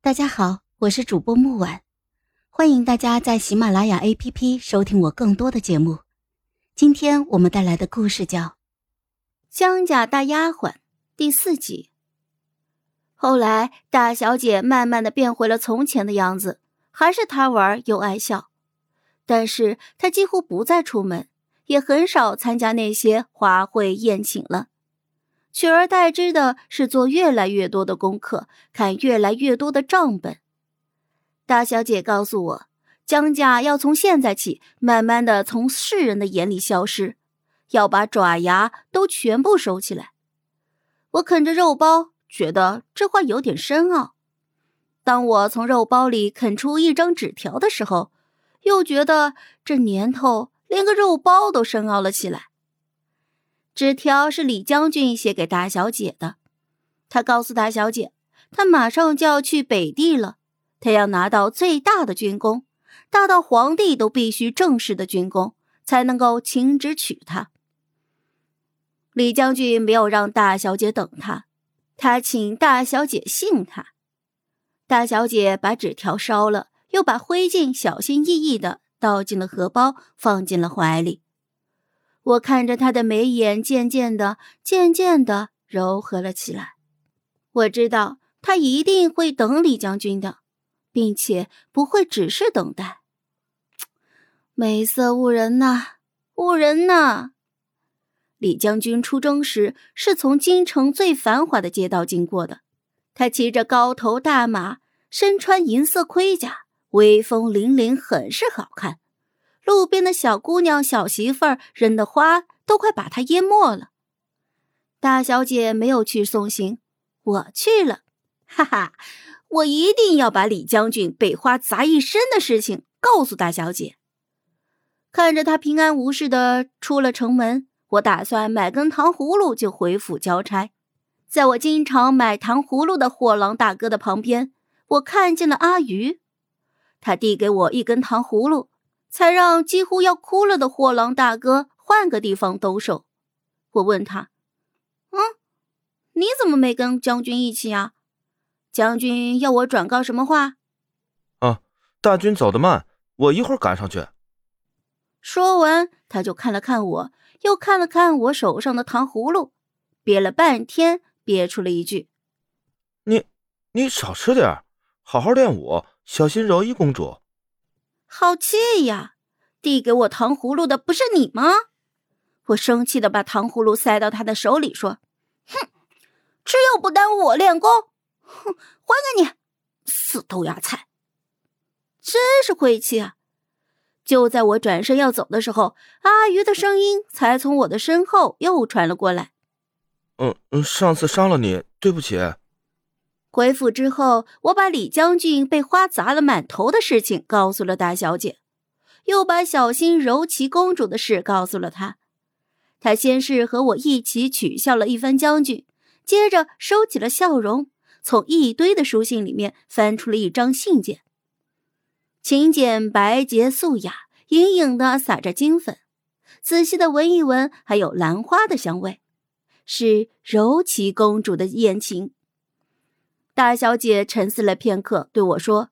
大家好，我是主播木婉，欢迎大家在喜马拉雅 APP 收听我更多的节目。今天我们带来的故事叫《江家大丫鬟》第4集。后来大小姐慢慢的变回了从前的样子，还是贪玩又爱笑，但是她几乎不再出门，也很少参加那些花卉宴请了。取而代之的是做越来越多的功课，看越来越多的账本。大小姐告诉我，江家要从现在起慢慢的从世人的眼里消失，要把爪牙都全部收起来。我啃着肉包，觉得这话有点深奥。当我从肉包里啃出一张纸条的时候，又觉得这年头连个肉包都深奥了起来。纸条是李将军写给大小姐的，他告诉大小姐，他马上就要去北地了，他要拿到最大的军功，大到皇帝都必须正式的军功，才能够亲旨娶她。李将军没有让大小姐等他，他请大小姐信他。大小姐把纸条烧了，又把灰烬小心翼翼地倒进了荷包，放进了怀里。我看着她的眉眼渐渐地柔和了起来。我知道她一定会等李将军的，并且不会只是等待。美色误人呐，误人呐！李将军出征时是从京城最繁华的街道经过的，他骑着高头大马，身穿银色盔甲，威风凛凛，很是好看。路边的小姑娘小媳妇儿扔的花都快把她淹没了。大小姐没有去送行，我去了，哈哈，我一定要把李将军被花砸一身的事情告诉大小姐。看着她平安无事的出了城门，我打算买根糖葫芦就回府交差。在我经常买糖葫芦的货郎大哥的旁边，我看见了阿鱼，他递给我一根糖葫芦，才让几乎要哭了的货郎大哥换个地方兜售。我问他，你怎么没跟将军一起啊？将军要我转告什么话？ 大军走得慢，我一会儿赶上去。 说完，他就看了看我，又看了看我手上的糖葫芦，憋了半天，憋出了一句： 你少吃点，好好练武，小心柔仪公主。 好气呀！递给我糖葫芦的不是你吗？我生气地把糖葫芦塞到他的手里，说：哼，吃又不耽误我练功，哼，还给你，死豆芽菜！真是晦气啊！就在我转身要走的时候，阿鱼的声音才从我的身后又传了过来。 上次伤了你，对不起。 回府之后，我把李将军被花砸了满头的事情告诉了大小姐，又把小心柔琪公主的事告诉了她。她先是和我一起取笑了一番将军，接着收起了笑容，从一堆的书信里面翻出了一张信件。请柬白洁素雅，隐隐地洒着金粉，仔细的闻一闻，还有兰花的香味，是柔琪公主的宴请。大小姐沉思了片刻，对我说：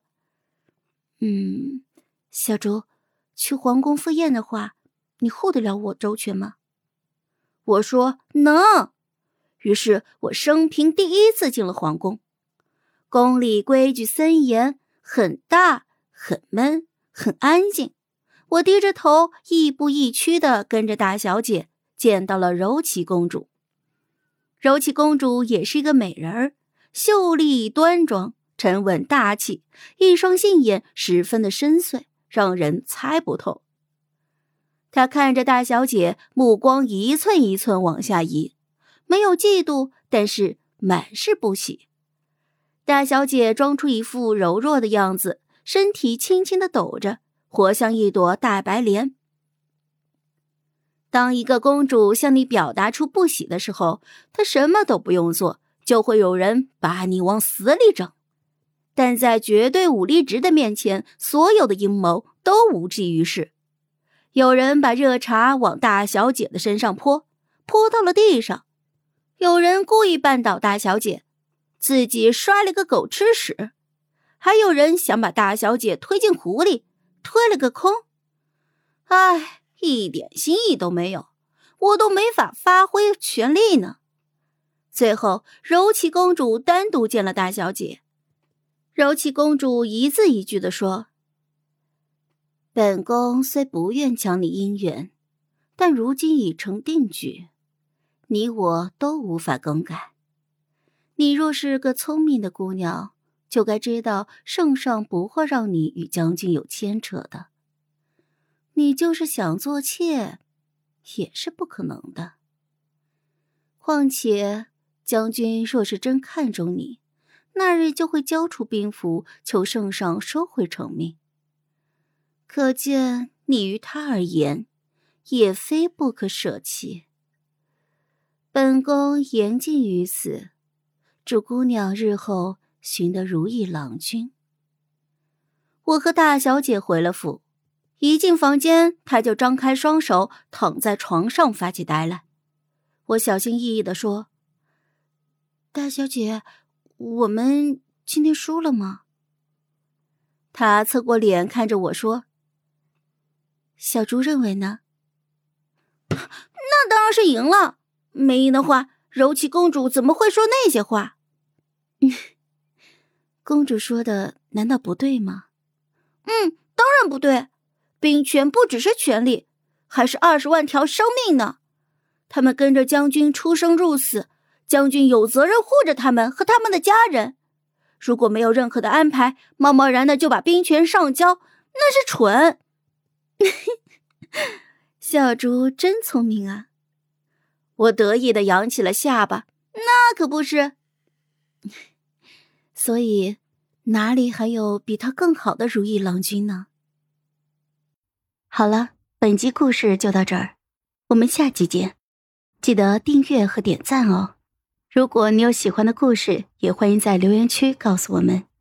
小周，去皇宫赴宴的话，你护得了我周全吗？我说能。于是我生平第一次进了皇宫，宫里规矩森严，很大，很闷，很安静。我低着头，亦步亦趋地跟着大小姐见到了柔琪公主。柔琪公主也是一个美人儿，秀丽端庄，沉稳大气，一双杏眼十分的深邃，让人猜不透。她看着大小姐，目光一寸一寸往下移，没有嫉妒，但是满是不喜。大小姐装出一副柔弱的样子，身体轻轻地抖着，活像一朵大白莲。当一个公主向你表达出不喜的时候，她什么都不用做，就会有人把你往死里整。但在绝对武力值的面前，所有的阴谋都无济于事。有人把热茶往大小姐的身上泼到了地上，有人故意绊倒大小姐，自己摔了个狗吃屎， 还有人想把大小姐推进湖里，推了个空。唉，一点新意都没有，我都没法发挥全力呢。最后，柔琪公主单独见了大小姐。柔琪公主一字一句地说：本宫虽不愿将你姻缘，但如今已成定局，你我都无法更改。你若是个聪明的姑娘，就该知道圣上不会让你与将军有牵扯的。你就是想做妾，也是不可能的。况且，将军若是真看中你，那日就会交出兵符，求圣上收回成命。可见你于他而言，也非不可舍弃。本宫言尽于此，祝姑娘日后寻得如意郎君。我和大小姐回了府，一进房间，她就张开双手躺在床上发起呆来。我小心翼翼地说：大小姐，我们今天输了吗？她侧过脸看着我说：小猪认为呢？那当然是赢了，没赢的话，柔琪公主怎么会说那些话？公主说的难道不对吗？当然不对，兵权不只是权力，还是20万条生命呢。他们跟着将军出生入死，将军有责任护着他们和他们的家人。如果没有任何的安排，贸贸然的就把兵权上交，那是蠢。小猪真聪明啊！我得意的扬起了下巴，那可不是。所以哪里还有比他更好的如意郎君呢？好了，本集故事就到这儿，我们下集见。记得订阅和点赞哦。如果你有喜欢的故事，也欢迎在留言区告诉我们。